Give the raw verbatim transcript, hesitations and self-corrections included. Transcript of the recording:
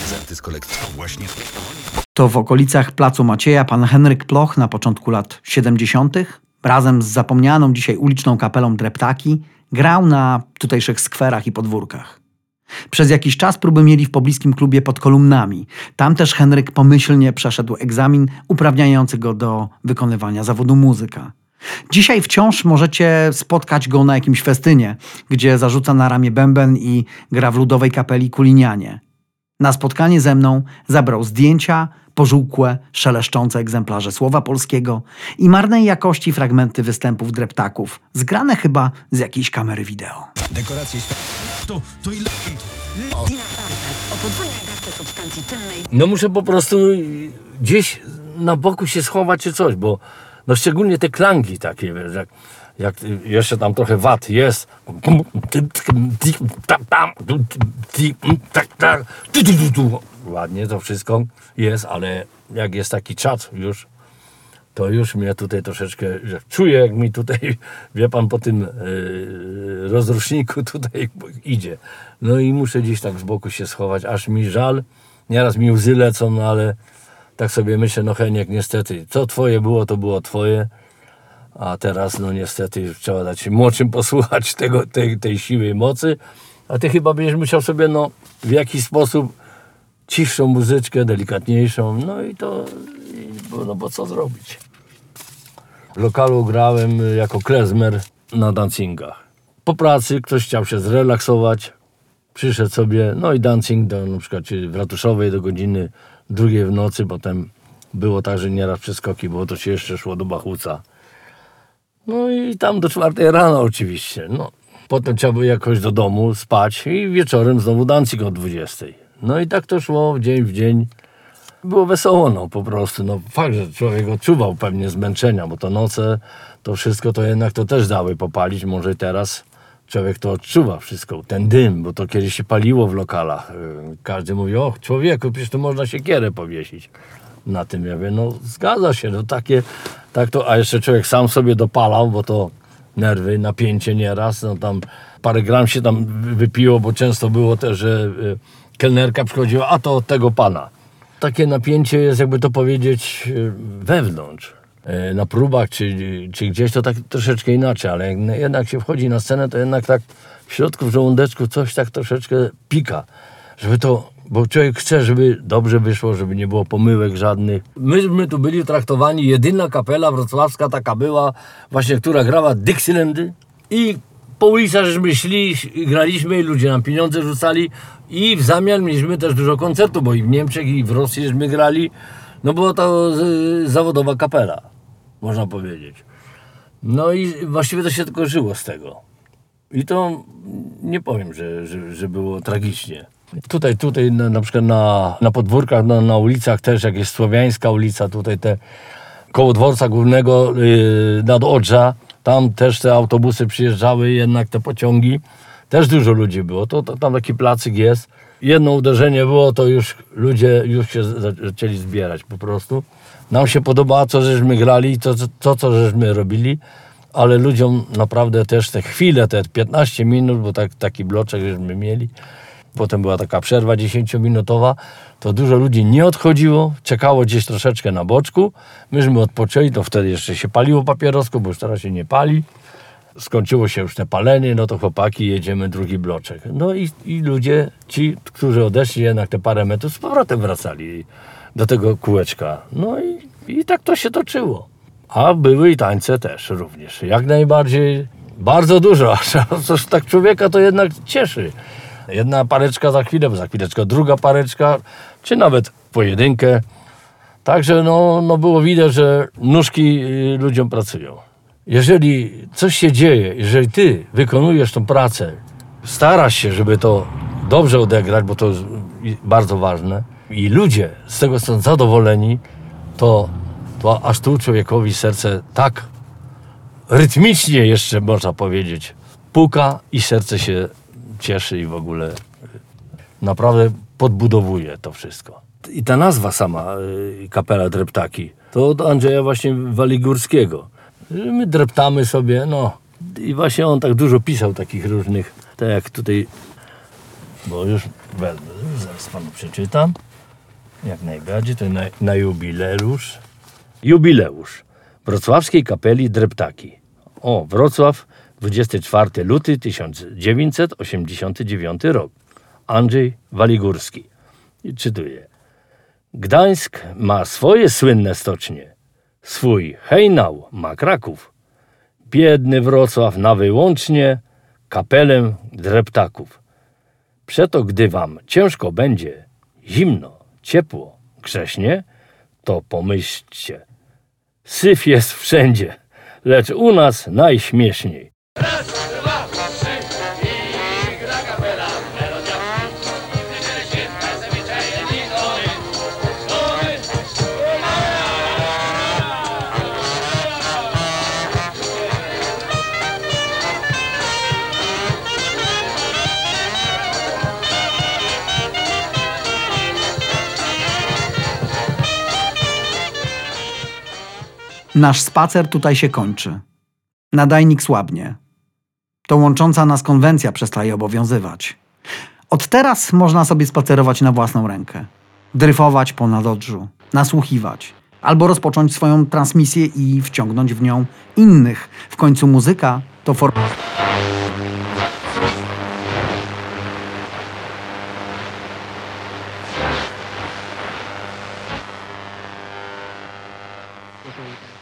Prezenty z kolekcji właśnie. To w okolicach Placu Macieja pan Henryk Ploch na początku lat siedemdziesiątych razem z zapomnianą dzisiaj uliczną kapelą Dreptaki grał na tutejszych skwerach i podwórkach. Przez jakiś czas próby mieli w pobliskim klubie pod Kolumnami. Tam też Henryk pomyślnie przeszedł egzamin uprawniający go do wykonywania zawodu muzyka. Dzisiaj wciąż możecie spotkać go na jakimś festynie, gdzie zarzuca na ramię bęben i gra w ludowej kapeli Kulinianie. Na spotkanie ze mną zabrał zdjęcia, pożółkłe, szeleszczące egzemplarze słowa polskiego i marnej jakości fragmenty występów Dreptaków, zgrane chyba z jakiejś kamery wideo. Dekoracje to, to ile? O podwójnej dawce substancji czynnej. No muszę po prostu gdzieś na boku się schować czy coś, bo no szczególnie te klangi takie, wiesz, jak, jak jeszcze tam trochę wat jest. Ładnie to wszystko jest, ale jak jest taki czat już, to już mnie tutaj troszeczkę, że czuję, jak mi tutaj, wie pan, po tym yy, rozruszniku tutaj idzie. No i muszę gdzieś tak z boku się schować, aż mi żal. Nieraz mi łzy lecą, no ale tak sobie myślę, no Heniek, niestety, co twoje było, to było twoje. A teraz, no niestety, trzeba dać się młodszym posłuchać tego, tej, tej siły i mocy. A ty chyba będziesz musiał sobie, no, w jakiś sposób cichszą muzyczkę, delikatniejszą. No i to, i, no bo co zrobić? W lokalu grałem jako klezmer na dancingach. Po pracy ktoś chciał się zrelaksować, przyszedł sobie, no i dancing do, na przykład w Ratuszowej do godziny drugiej w nocy, potem było tak, że nieraz przeskoki, bo to się jeszcze szło do Bachuca. No i tam do czwartej rano oczywiście. No. Potem trzeba było jakoś do domu spać i wieczorem znowu dancing o dwudziestej. No i tak to szło dzień w dzień. Było wesoło, no po prostu. No fakt, że człowiek odczuwał pewnie zmęczenia, bo to noce, to wszystko to jednak to też dały popalić. Może teraz człowiek to odczuwa wszystko. Ten dym, bo to kiedyś się paliło w lokalach. Każdy mówi, o człowieku, przecież to można siekierę powiesić na tym. Ja wiem, no zgadza się, no takie, tak to, a jeszcze człowiek sam sobie dopalał, bo to nerwy, napięcie nieraz, no tam parę gram się tam wypiło, bo często było też, że kelnerka przychodziła, a to od tego pana. Takie napięcie jest, jakby to powiedzieć, wewnątrz. Na próbach czy, czy gdzieś to tak troszeczkę inaczej, ale jak jednak się wchodzi na scenę, to jednak tak w środku, w żołądeczku coś tak troszeczkę pika, żeby to, bo człowiek chce, żeby dobrze wyszło, żeby nie było pomyłek żadnych. Myśmy tu byli traktowani, jedyna kapela wrocławska taka była, właśnie, która grała Dixielandy i po ulicach żeśmy szli, graliśmy i ludzie nam pieniądze rzucali i w zamian mieliśmy też dużo koncertów, bo i w Niemczech i w Rosji żeśmy grali, no była to z, zawodowa kapela, można powiedzieć. No i właściwie to się tylko żyło z tego. I to nie powiem, że, że, że było tragicznie. Tutaj, tutaj na, na przykład na, na podwórkach, na, na ulicach też, jak jest Słowiańska ulica, tutaj te koło dworca głównego yy, nad Odrza, tam też te autobusy przyjeżdżały, jednak te pociągi, też dużo ludzi było, to, to tam taki placyk jest. Jedno uderzenie było, to już ludzie już się zaczęli zbierać po prostu. Nam się podobało, co żeśmy grali, to, to co żeśmy robili, ale ludziom naprawdę też te chwile, te piętnaście minut, bo tak, taki bloczek żeśmy mieli, potem była taka przerwa dziesięciominutowa, to dużo ludzi nie odchodziło, czekało gdzieś troszeczkę na boczku. Myśmy odpoczęli, to wtedy jeszcze się paliło papierosko, bo już teraz się nie pali. Skończyło się już te palenie, no to chłopaki, jedziemy drugi bloczek. No i, i ludzie, ci, którzy odeszli jednak te parę metrów, z powrotem wracali do tego kółeczka. No i, i tak to się toczyło. A były i tańce też również. Jak najbardziej, bardzo dużo. A coś tak człowieka to jednak cieszy. Jedna pareczka za chwilę, za chwileczkę druga pareczka, czy nawet pojedynkę. Także no, no było widać, że nóżki ludziom pracują. Jeżeli coś się dzieje, jeżeli ty wykonujesz tą pracę, starasz się, żeby to dobrze odegrać, bo to jest bardzo ważne, i ludzie z tego są zadowoleni, to, to aż tu człowiekowi serce tak rytmicznie jeszcze, można powiedzieć, puka i serce się cieszy i w ogóle naprawdę podbudowuje to wszystko. I ta nazwa sama, kapela Dreptaki, to od Andrzeja właśnie Waligórskiego. My dreptamy sobie, no i właśnie on tak dużo pisał takich różnych, tak jak tutaj, bo już wezmę, Zaraz panu przeczytam. Jak najbardziej, to na, na jubileusz. Jubileusz Wrocławskiej Kapeli Dreptaki. O, Wrocław, dwudziestego czwartego lutego tysiąc dziewięćset osiemdziesiąty dziewiąty rok. Andrzej Waligórski. I czytuję. Gdańsk ma swoje słynne stocznie. Swój hejnał ma Kraków. Biedny Wrocław na wyłącznie kapelę dreptaków. Przeto gdy wam ciężko będzie, zimno, ciepło, grześnie, to pomyślcie. Syf jest wszędzie, lecz u nas najśmieszniej. Nasz spacer tutaj się kończy. Nadajnik słabnie. To łącząca nas konwencja przestaje obowiązywać. Od teraz można sobie spacerować na własną rękę. Dryfować po nadodrzu, nasłuchiwać. Albo rozpocząć swoją transmisję i wciągnąć w nią innych. W końcu muzyka to forma... Thank you.